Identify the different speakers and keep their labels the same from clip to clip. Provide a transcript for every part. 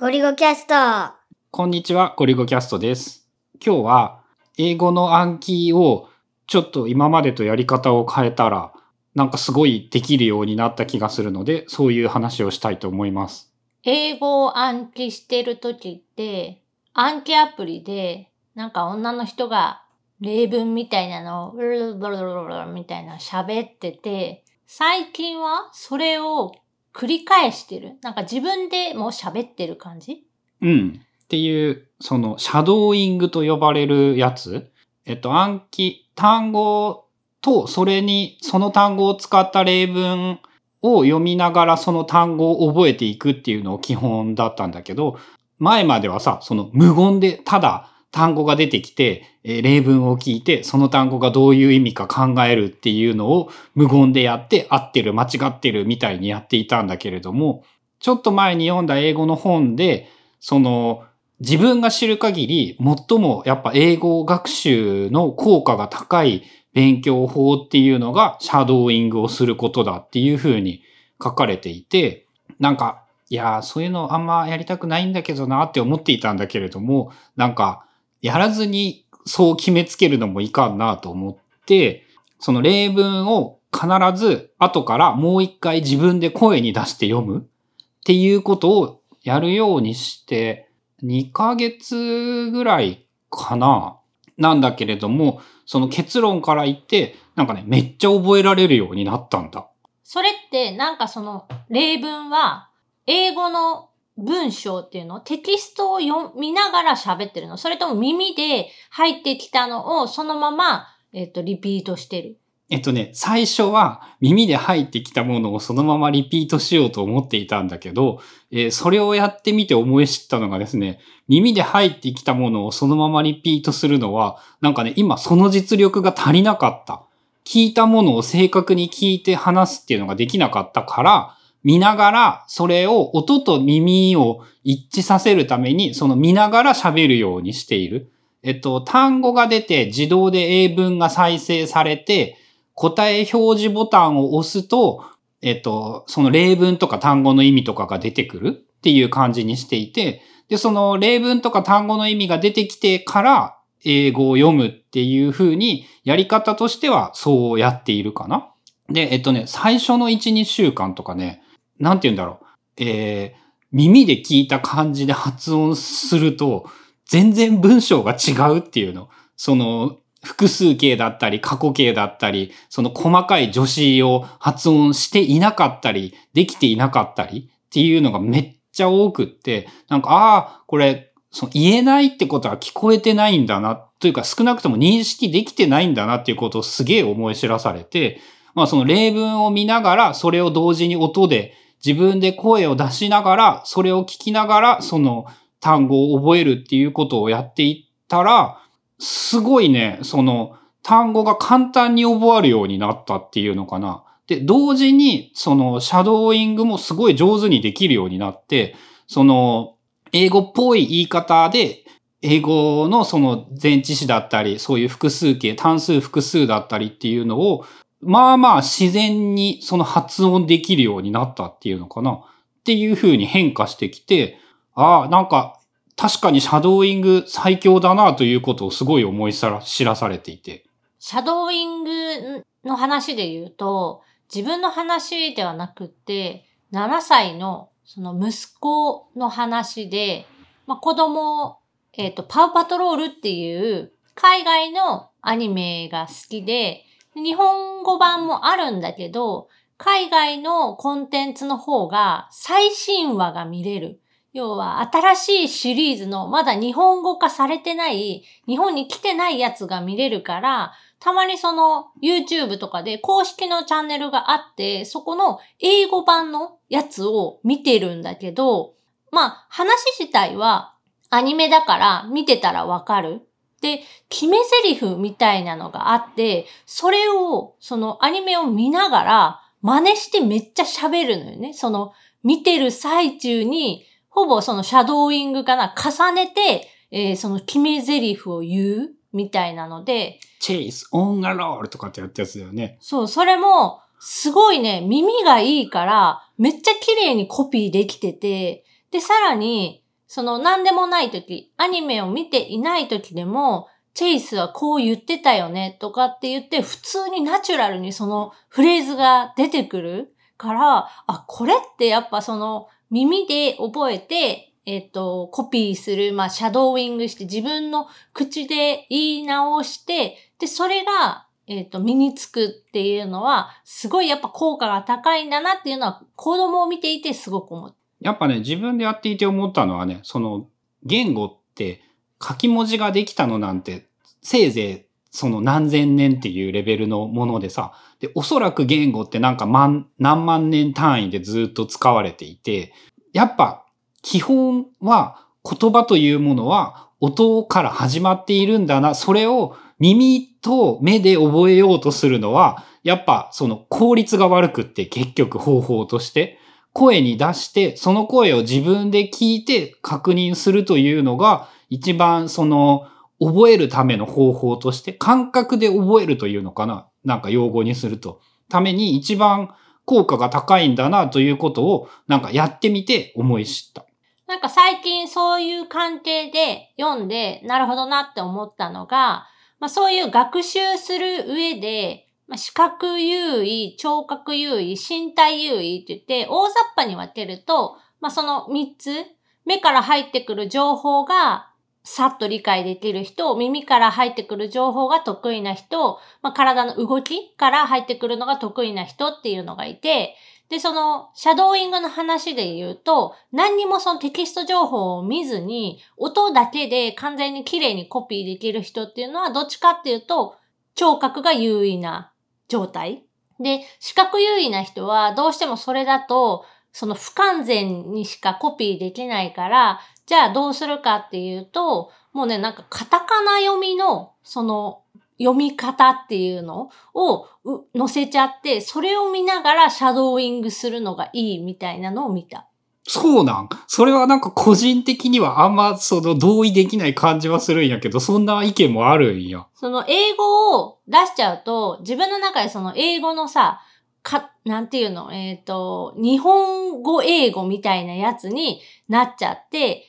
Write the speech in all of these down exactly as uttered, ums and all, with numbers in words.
Speaker 1: ゴリゴキャスト。
Speaker 2: こんにちは、ゴリゴキャストです。今日は英語の暗記をちょっと今までとやり方を変えたらなんかすごいできるようになった気がするので、そういう話をしたいと思います。
Speaker 3: 英語を暗記してるときって、暗記アプリでなんか女の人が例文みたいなのをブルブルブルブルみたいな喋ってて、最近はそれを繰り返してる。なんか自分でも喋ってる感じ？
Speaker 2: うん。っていう、そのシャドーイングと呼ばれるやつ。えっと、暗記、単語とそれに、その単語を使った例文を読みながらその単語を覚えていくっていうのを基本だったんだけど、前まではさ、その無言でただ単語が出てきて、えー、例文を聞いて、その単語がどういう意味か考えるっていうのを無言でやって、合ってる、間違ってるみたいにやっていたんだけれども、ちょっと前に読んだ英語の本で、その自分が知る限り、最もやっぱ英語学習の効果が高い勉強法っていうのが、シャドーイングをすることだっていうふうに書かれていて、なんか、いやー、そういうのあんまやりたくないんだけどなって思っていたんだけれども、なんか、やらずにそう決めつけるのもいかんなと思って、その例文を必ず後からもう一回自分で声に出して読むっていうことをやるようにして、にかげつぐらいかななんだけれども、その結論から言って、なんかね、めっちゃ覚えられるようになったんだ。
Speaker 3: それってなんかその例文は英語の文章っていうのテキストを読みながら喋ってるの？それとも耳で入ってきたのをそのまま、えっと、リピートしてる？
Speaker 2: えっとね、最初は耳で入ってきたものをそのままリピートしようと思っていたんだけど、えー、それをやってみて思い知ったのがですね、耳で入ってきたものをそのままリピートするのは、なんかね、今その実力が足りなかった。聞いたものを正確に聞いて話すっていうのができなかったから、見ながらそれを音と耳を一致させるために、その見ながら喋るようにしている。えっと、単語が出て自動で英文が再生されて、答え表示ボタンを押すと、えっと、その例文とか単語の意味とかが出てくるっていう感じにしていて、で、その例文とか単語の意味が出てきてから英語を読むっていう風にやり方としてはそうやっているかな。で、えっとね、最初のいち、にしゅうかんとかね、なんて言うんだろう。えー、耳で聞いた感じで発音すると全然文章が違うっていうの。その、複数形だったり過去形だったり、その細かい助詞を発音していなかったり、できていなかったりっていうのがめっちゃ多くって、なんか、ああ、これ、その言えないってことは聞こえてないんだな、というか少なくとも認識できてないんだなっていうことをすげえ思い知らされて、まあその例文を見ながら、それを同時に音で自分で声を出しながら、それを聞きながら、その単語を覚えるっていうことをやっていったら、すごいね、その単語が簡単に覚わるようになったっていうのかな。で、同時にそのシャドーイングもすごい上手にできるようになって、その英語っぽい言い方で、英語のその前置詞だったり、そういう複数形、単数複数だったりっていうのを、まあまあ自然にその発音できるようになったっていうのかな。っていう風に変化してきて、ああ、なんか、確かにシャドーイング最強だなということをすごい思い知らされていて。
Speaker 3: シャドーイングの話で言うと、自分の話ではなくって、ななさいのその息子の話で、まあ、子供、えっと、パウパトロールっていう海外のアニメが好きで、日本語版もあるんだけど、海外のコンテンツの方が最新話が見れる。要は新しいシリーズのまだ日本語化されてない、日本に来てないやつが見れるから、たまにその YouTube とかで公式のチャンネルがあって、そこの英語版のやつを見てるんだけど、まあ話自体はアニメだから見てたらわかる。で、決め台詞みたいなのがあって、それをそのアニメを見ながら真似してめっちゃ喋るのよね。その見てる最中にほぼそのシャドーイングかな、重ねて、えー、その決め台詞を言うみたいなので、
Speaker 2: チェイス、オンアロールとかってやったやつだよね。
Speaker 3: そう、それもすごいね、耳がいいからめっちゃ綺麗にコピーできてて、で、さらに、 その何でもない時、アニメを見ていない時でも、チェイスはこう言ってたよねとかって言って、普通にナチュラルにそのフレーズが出てくるから、あ、これってやっぱその耳で覚えて、えっと、コピーする、まあ、シャドーイングして自分の口で言い直して、で、それが、えっと、身につくっていうのは、すごいやっぱ効果が高いんだなっていうのは、子供を見ていてすごく思った。
Speaker 2: やっぱね、自分でやっていて思ったのはね、その、言語って書き文字ができたのなんて、せいぜいその何千年っていうレベルのものでさ、で、おそらく言語ってなんか万、何万年単位でずっと使われていて、やっぱ基本は言葉というものは音から始まっているんだな。それを耳と目で覚えようとするのは、やっぱその効率が悪くって結局方法として声に出してその声を自分で聞いて確認するというのが一番その覚えるための方法として感覚で覚えるというのかな。なんか用語にすると。ために一番効果が高いんだなということをなんかやってみて思い知った。
Speaker 3: なんか最近そういう関係で読んで、なるほどなって思ったのが、まあそういう学習する上で、まあ、視覚優位、聴覚優位、身体優位って言って、大雑把に分けると、まあそのみっつ、目から入ってくる情報がさっと理解できる人、耳から入ってくる情報が得意な人、まあ体の動きから入ってくるのが得意な人っていうのがいて、で、その、シャドーイングの話で言うと、何にもそのテキスト情報を見ずに、音だけで完全に綺麗にコピーできる人っていうのは、どっちかっていうと、聴覚が優位な状態。で、視覚優位な人は、どうしてもそれだと、その不完全にしかコピーできないから、じゃあどうするかっていうと、もうね、なんかカタカナ読みの、その、読み方っていうのを載せちゃって、それを見ながらシャドーイングするのがいいみたいなのを見た。
Speaker 2: そうなん？それはなんか個人的にはあんまその同意できない感じはするんやけど、そんな意見もあるんや。
Speaker 3: その英語を出しちゃうと、自分の中でその英語のさ、か、なんていうの、えっと、日本語英語みたいなやつになっちゃって、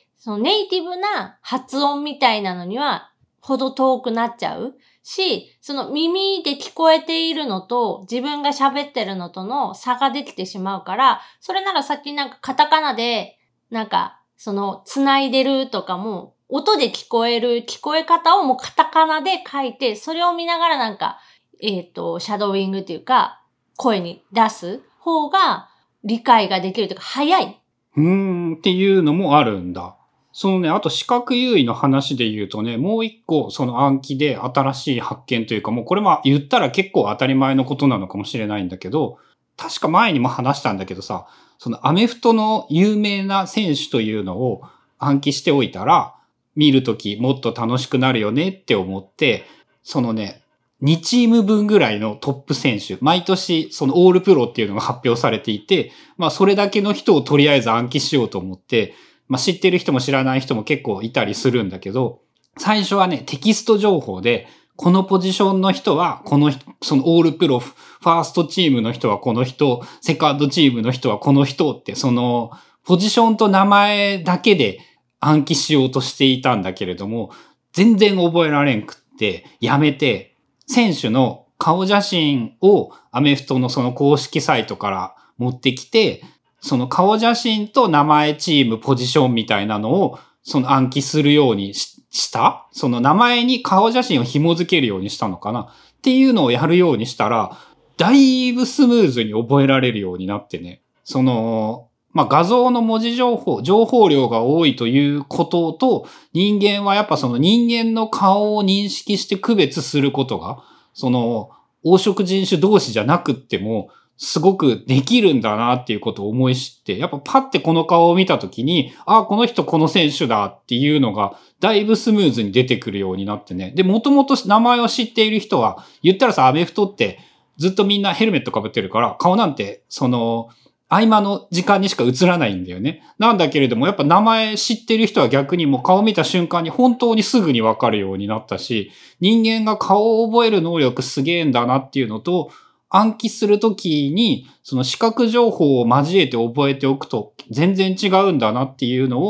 Speaker 3: そのネイティブな発音みたいなのにはほど遠くなっちゃうし、その耳で聞こえているのと自分が喋ってるのとの差ができてしまうから、それならさっきなんかカタカナで、なんか、その繋いでるとかも、音で聞こえる聞こえ方をもうカタカナで書いて、それを見ながらなんか、えっと、シャドーイングっていうか、声に出す方が理解ができるというか、早い。
Speaker 2: うーんっていうのもあるんだ。そのね、あと視覚優位の話で言うとね、もう一個その暗記で新しい発見というか、もうこれまあ言ったら結構当たり前のことなのかもしれないんだけど、確か前にも話したんだけどさ、そのアメフトの有名な選手というのを暗記しておいたら、見るときもっと楽しくなるよねって思って、そのね、にチーム分ぐらいのトップ選手、毎年そのオールプロっていうのが発表されていて、まあそれだけの人をとりあえず暗記しようと思って、まあ知ってる人も知らない人も結構いたりするんだけど、最初はね、テキスト情報で、このポジションの人はこの人、そのオールプロ、ファーストチームの人はこの人、セカンドチームの人はこの人って、そのポジションと名前だけで暗記しようとしていたんだけれども、全然覚えられんくって、やめて、選手の顔写真をアメフトのその公式サイトから持ってきて、その顔写真と名前、チーム、ポジションみたいなのをその暗記するようにしたその名前に顔写真を紐付けるようにしたのかなっていうのをやるようにしたら、だいぶスムーズに覚えられるようになってね。その、まあ、画像の文字情報、情報量が多いということと、人間はやっぱその人間の顔を認識して区別することが、その黄色人種同士じゃなくっても、すごくできるんだなっていうことを思い知って、やっぱパッてこの顔を見たときに、あ、この人この選手だっていうのが、だいぶスムーズに出てくるようになってね。で、もともと名前を知っている人は、言ったらさ、アメフトってずっとみんなヘルメット被ってるから、顔なんて、その、合間の時間にしか映らないんだよね。なんだけれども、やっぱ名前知ってる人は逆にもう顔見た瞬間に本当にすぐにわかるようになったし、人間が顔を覚える能力すげえんだなっていうのと、暗記するときに、その視覚情報を交えて覚えておくと全然違うんだなっていうのを、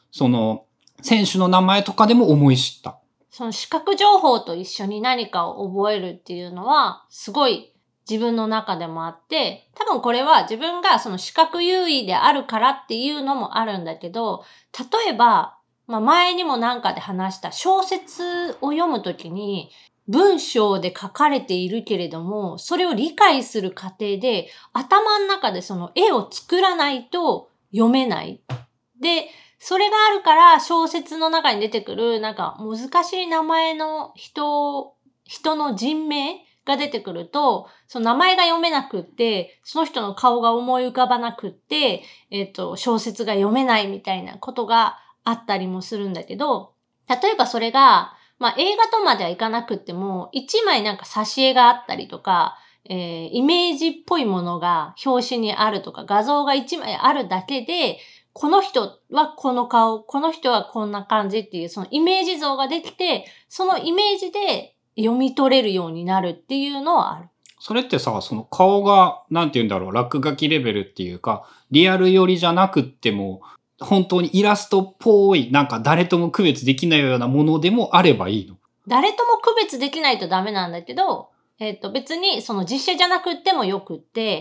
Speaker 2: その、選手の名前とかでも思い知った。
Speaker 3: その視覚情報と一緒に何かを覚えるっていうのは、すごい自分の中でもあって、多分これは自分がその視覚優位であるからっていうのもあるんだけど、例えば、まあ前にもなんかで話した小説を読むときに、文章で書かれているけれども、それを理解する過程で、頭の中でその絵を作らないと読めない。で、それがあるから小説の中に出てくるなんか難しい名前の人、人の人名が出てくると、その名前が読めなくって、その人の顔が思い浮かばなくって、えっと、小説が読めないみたいなことがあったりもするんだけど、例えばそれが、まあ映画とまではいかなくっても、一枚なんか挿絵があったりとか、えー、イメージっぽいものが表紙にあるとか、画像が一枚あるだけで、この人はこの顔、この人はこんな感じっていう、そのイメージ像ができて、そのイメージで読み取れるようになるっていうのはある。
Speaker 2: それってさ、その顔が、なんて言うんだろう、落書きレベルっていうか、リアル寄りじゃなくっても、本当にイラストっぽい、なんか誰とも区別できないようなものでもあればいいの？
Speaker 3: 誰とも区別できないとダメなんだけど、えっと別にその実写じゃなくってもよくって、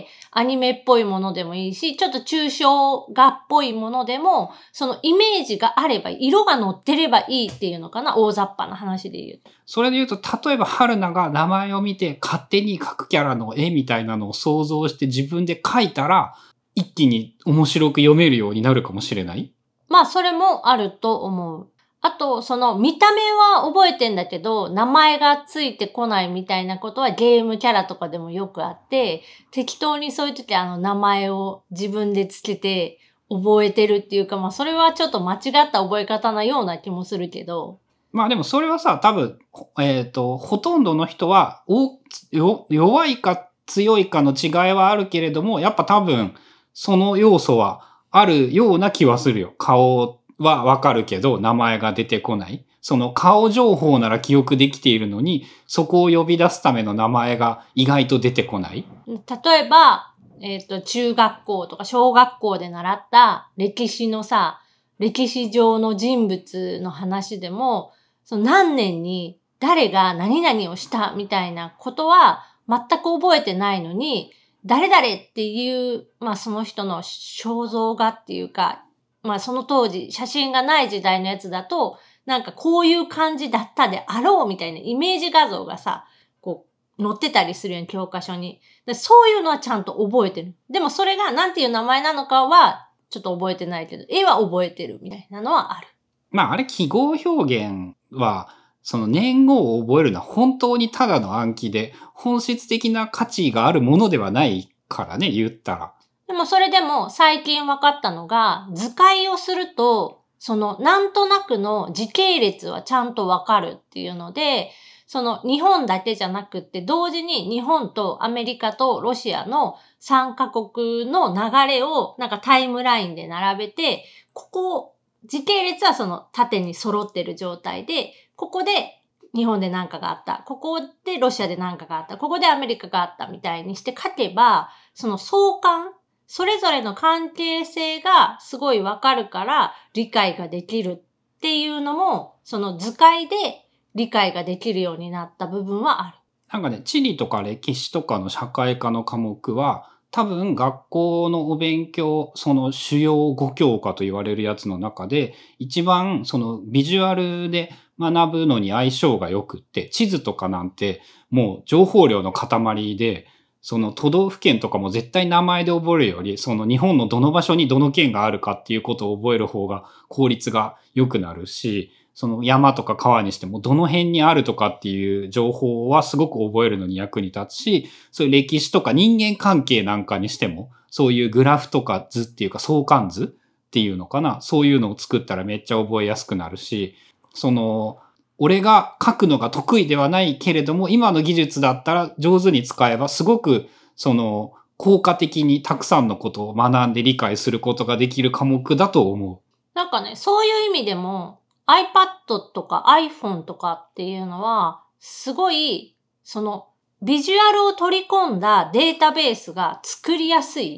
Speaker 3: アニメっぽいものでもいいし、ちょっと抽象画っぽいものでも、そのイメージがあれば、色が乗ってればいいっていうのかな、大雑把な話で言うと。
Speaker 2: それで言うと、例えば春菜が名前を見て勝手に描くキャラの絵みたいなのを想像して自分で描いたら、一気に面白く読めるようになるかもしれない？
Speaker 3: まあ、それもあると思う。あと、その見た目は覚えてんだけど、名前がついてこないみたいなことはゲームキャラとかでもよくあって、適当にそういう時あの名前を自分でつけて覚えてるっていうか、まあそれはちょっと間違った覚え方なような気もするけど。
Speaker 2: まあでもそれはさ、多分、えっと、ほとんどの人は、およ弱いか強いかの違いはあるけれども、やっぱ多分、その要素はあるような気はするよ。顔はわかるけど、名前が出てこない。その顔情報なら記憶できているのに、そこを呼び出すための名前が意外と出てこない。
Speaker 3: 例えば、えっと、中学校とか小学校で習った歴史のさ、歴史上の人物の話でも、その何年に誰が何々をしたみたいなことは全く覚えてないのに、誰々っていう、まあその人の肖像画っていうか、まあその当時写真がない時代のやつだと、なんかこういう感じだったであろうみたいなイメージ画像がさ、こう載ってたりするよ、教科書に。そういうのはちゃんと覚えてる。でもそれが何ていう名前なのかはちょっと覚えてないけど、絵は覚えてるみたいなのはある。
Speaker 2: まああれ記号表現は、その年号を覚えるのは本当にただの暗記で、本質的な価値があるものではないからね、言ったら。
Speaker 3: でもそれでも最近分かったのが、図解をすると、そのなんとなくの時系列はちゃんと分かるっていうので、その日本だけじゃなくって同時に日本とアメリカとロシアのさんカ国の流れをなんかタイムラインで並べて、ここ、時系列はその縦に揃ってる状態で、ここで日本で何かがあった。ここでロシアで何かがあった。ここでアメリカがあったみたいにして書けば、その相関、それぞれの関係性がすごいわかるから理解ができるっていうのも、その図解で理解ができるようになった部分はある。
Speaker 2: なんかね、地理とか歴史とかの社会科の科目は、多分学校のお勉強、その主要ご教科と言われるやつの中で、一番そのビジュアルで学ぶのに相性が良くって、地図とかなんてもう情報量の塊で、その都道府県とかも絶対名前で覚えるより、その日本のどの場所にどの県があるかっていうことを覚える方が効率が良くなるし、その山とか川にしてもどの辺にあるとかっていう情報はすごく覚えるのに役に立つし、そういう歴史とか人間関係なんかにしても、そういうグラフとか図っていうか相関図っていうのかな、そういうのを作ったらめっちゃ覚えやすくなるし、その、俺が書くのが得意ではないけれども、今の技術だったら上手に使えばすごく、その、効果的にたくさんのことを学んで理解することができる科目だと思う。
Speaker 3: なんかね、そういう意味でも、iPad とか iPhone とかっていうのは、すごい、その、ビジュアルを取り込んだデータベースが作りやすい。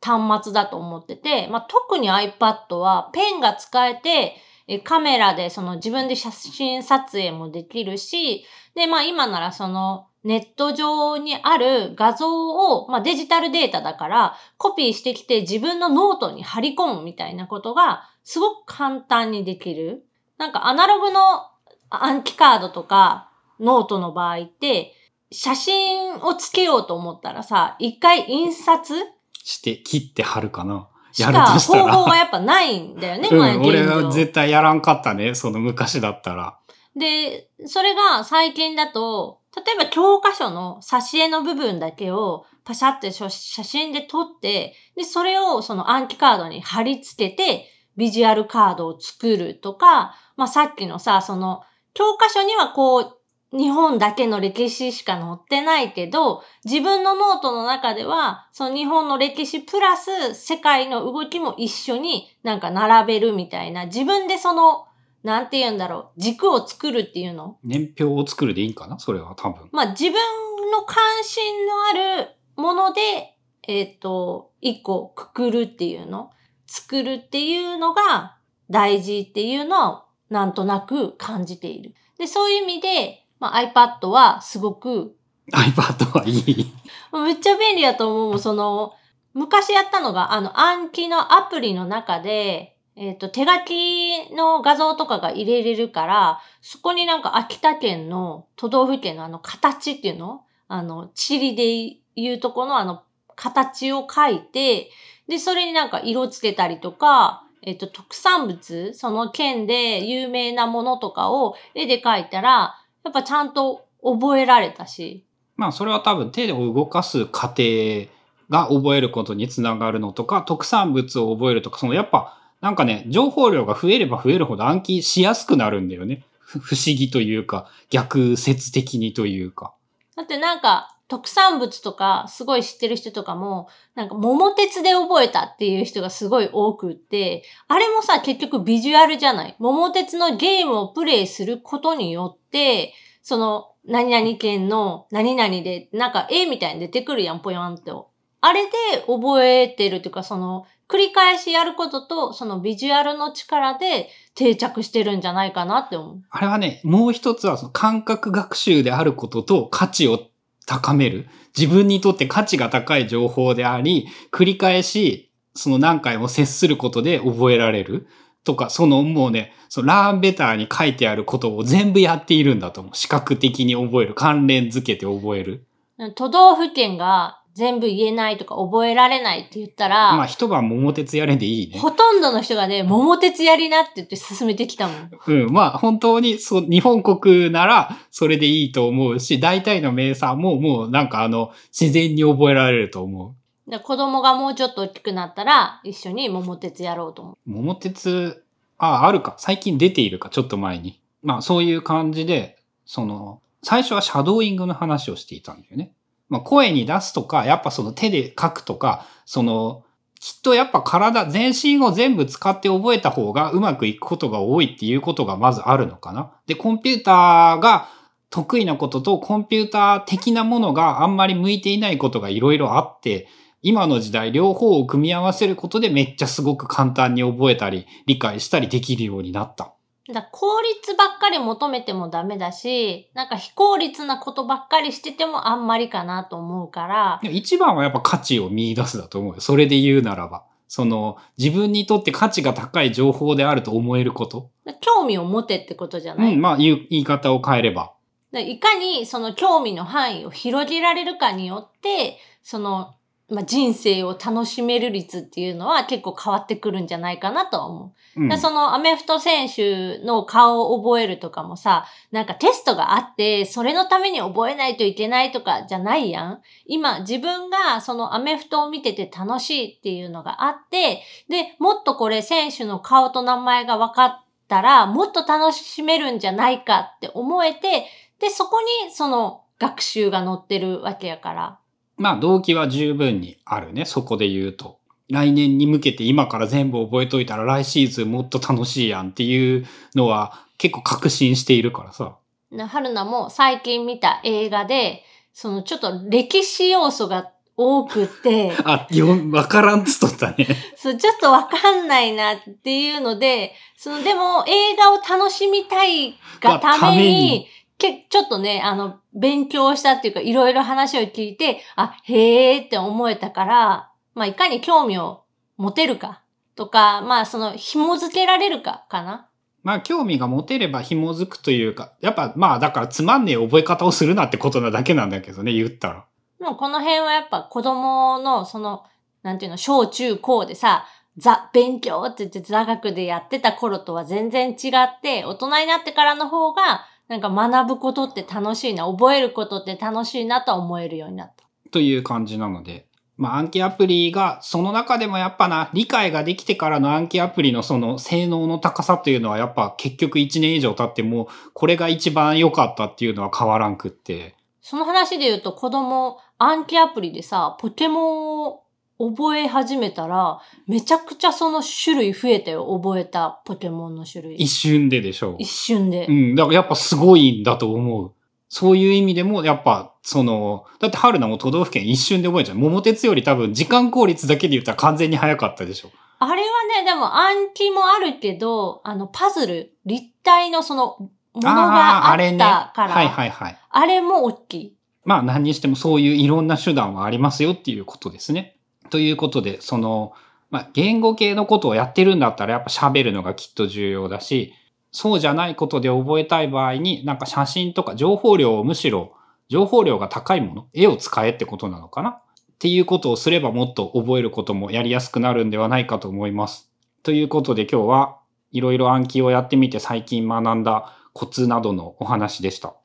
Speaker 3: 端末だと思ってて、まあ、特に iPad はペンが使えて、えカメラでその自分で写真撮影もできるし、で、まあ今ならそのネット上にある画像を、まあデジタルデータだからコピーしてきて自分のノートに貼り込むみたいなことがすごく簡単にできる。なんかアナログの暗記カードとかノートの場合って写真をつけようと思ったらさ、一回印刷
Speaker 2: して切って貼るかな。
Speaker 3: しか方法がやっぱないんだよね、
Speaker 2: うん、
Speaker 3: 前現状。
Speaker 2: 俺は絶対やらんかったね、その昔だったら。
Speaker 3: で、それが最近だと、例えば教科書の挿絵の部分だけをパシャって写真で撮って、で、それをその暗記カードに貼り付けて、ビジュアルカードを作るとか、まあ、さっきのさ、その、教科書にはこう、日本だけの歴史しか載ってないけど、自分のノートの中では、その日本の歴史プラス世界の動きも一緒になんか並べるみたいな、自分でその、なんて言うんだろう、軸を作るっていうの？
Speaker 2: 年表を作るでいいんかなそれは多分。
Speaker 3: まあ自分の関心のあるもので、えっと、一個くくるっていうの？作るっていうのが大事っていうのはなんとなく感じている。で、そういう意味で、まあ、iPad はすごく
Speaker 2: iPad はいい。
Speaker 3: めっちゃ便利だと思う。その、昔やったのが、あの、暗記のアプリの中で、えっと、手書きの画像とかが入れれるから、そこになんか秋田県の都道府県のあの形っていうの？あの、地理で言うとこのあの形を書いて、で、それになんか色つけたりとか、えっと、特産物、その県で有名なものとかを絵で描いたら、やっぱちゃんと覚えられたし。
Speaker 2: まあそれは多分手を動かす過程が覚えることにつながるのとか、特産物を覚えるとか、そのやっぱなんかね、情報量が増えれば増えるほど暗記しやすくなるんだよね。不思議というか、逆説的にというか。
Speaker 3: だってなんか、特産物とかすごい知ってる人とかも、なんか桃鉄で覚えたっていう人がすごい多くって、あれもさ、結局ビジュアルじゃない。桃鉄のゲームをプレイすることによって、その、何々県の何々で、なんか絵みたいに出てくるやん、ぽよんって。あれで覚えてるというか、その、繰り返しやることと、そのビジュアルの力で定着してるんじゃないかなって思う。
Speaker 2: あれはね、もう一つはその感覚学習であることと価値を高める。自分にとって価値が高い情報であり、繰り返し、その何回も接することで覚えられる。とか、そのもうね、そのラーンベターに書いてあることを全部やっているんだと思う。視覚的に覚える。関連づけて覚える。
Speaker 3: 都道府県が全部言えないとか覚えられないって言ったら、
Speaker 2: まあ一晩桃鉄やれでいいね。
Speaker 3: ほとんどの人がね、桃鉄やりなって言って進めてきたもん。
Speaker 2: うん、まあ本当にそう、日本国ならそれでいいと思うし、大体の名産ももうなんかあの、自然に覚えられると思う。
Speaker 3: で子供がもうちょっと大きくなったら、一緒に桃鉄やろうと思う。
Speaker 2: 桃鉄、あ、あるか。最近出ているか、ちょっと前に。まあそういう感じで、その、最初はシャドーイングの話をしていたんだよね。まあ声に出すとか、やっぱその手で書くとか、その、きっとやっぱ体、全身を全部使って覚えた方がうまくいくことが多いっていうことがまずあるのかな。で、コンピューターが得意なこととコンピューター的なものがあんまり向いていないことがいろいろあって、今の時代両方を組み合わせることでめっちゃすごく簡単に覚えたり理解したりできるようになった。
Speaker 3: だ効率ばっかり求めてもダメだし、なんか非効率なことばっかりしててもあんまりかなと思うから。
Speaker 2: 一番はやっぱ価値を見出すだと思うよ。それで言うならば。その自分にとって価値が高い情報であると思えること。
Speaker 3: 興味を持てってことじゃない？
Speaker 2: うん、まあ言い方を変えれば。
Speaker 3: いかにその興味の範囲を広げられるかによって、そのまあ、人生を楽しめる率っていうのは結構変わってくるんじゃないかなとは思う。うん、そのアメフト選手の顔を覚えるとかもさ、なんかテストがあって、それのために覚えないといけないとかじゃないやん。今自分がそのアメフトを見てて楽しいっていうのがあって、で、もっとこれ選手の顔と名前が分かったら、もっと楽しめるんじゃないかって思えて、で、そこにその学習が載ってるわけやから。
Speaker 2: まあ動機は十分にあるね。そこで言うと。来年に向けて今から全部覚えといたら来シーズンもっと楽しいやんっていうのは結構確信しているからさ。
Speaker 3: 春菜も最近見た映画で、そのちょっと歴史要素が多くって、
Speaker 2: あ、よ、わからんつっとったね。
Speaker 3: そう、ちょっとわかんないなっていうので、その、でも映画を楽しみたいがために、けちょっとね、あの、勉強したっていうか、いろいろ話を聞いて、あ、へーって思えたから、まあ、いかに興味を持てるかとか、まあ、その、紐づけられるかかな。
Speaker 2: まあ、興味が持てれば紐づくというか、やっぱ、まあ、だからつまんねえ覚え方をするなってことなだけなんだけどね、言ったら。
Speaker 3: もうこの辺はやっぱ子供の、その、なんていうの、小中高でさ、ザ、勉強って言って座学でやってた頃とは全然違って、大人になってからの方が、なんか学ぶことって楽しいな、覚えることって楽しいなと思えるようになった。
Speaker 2: という感じなので、まあ暗記アプリが、その中でもやっぱな、理解ができてからの暗記アプリのその性能の高さというのはやっぱ結局いちねん以上経っても、これが一番良かったっていうのは変わらんくって。
Speaker 3: その話で言うと子供、暗記アプリでさ、ポケモンを覚え始めたら、めちゃくちゃその種類増えたよ。覚えたポケモンの種類。
Speaker 2: 一瞬ででしょう。
Speaker 3: 一瞬で。
Speaker 2: うん。だからやっぱすごいんだと思う。そういう意味でも、やっぱ、その、だって春菜も都道府県一瞬で覚えちゃう。桃鉄より多分時間効率だけで言ったら完全に早かったでしょ。
Speaker 3: あれはね、でも暗記もあるけど、あの、パズル、立体のその、ものがあったから。
Speaker 2: あ、あれね、はいはいはい。
Speaker 3: あれも大きい。
Speaker 2: まあ何にしてもそういういろんな手段はありますよっていうことですね。ということで、その、まあ言語系のことをやってるんだったらやっぱ喋るのがきっと重要だし、そうじゃないことで覚えたい場合に、なんか写真とか情報量をむしろ、情報量が高いもの、絵を使えってことなのかなっていうことをすればもっと覚えることもやりやすくなるんではないかと思います。ということで今日はいろいろ暗記をやってみて最近学んだコツなどのお話でした。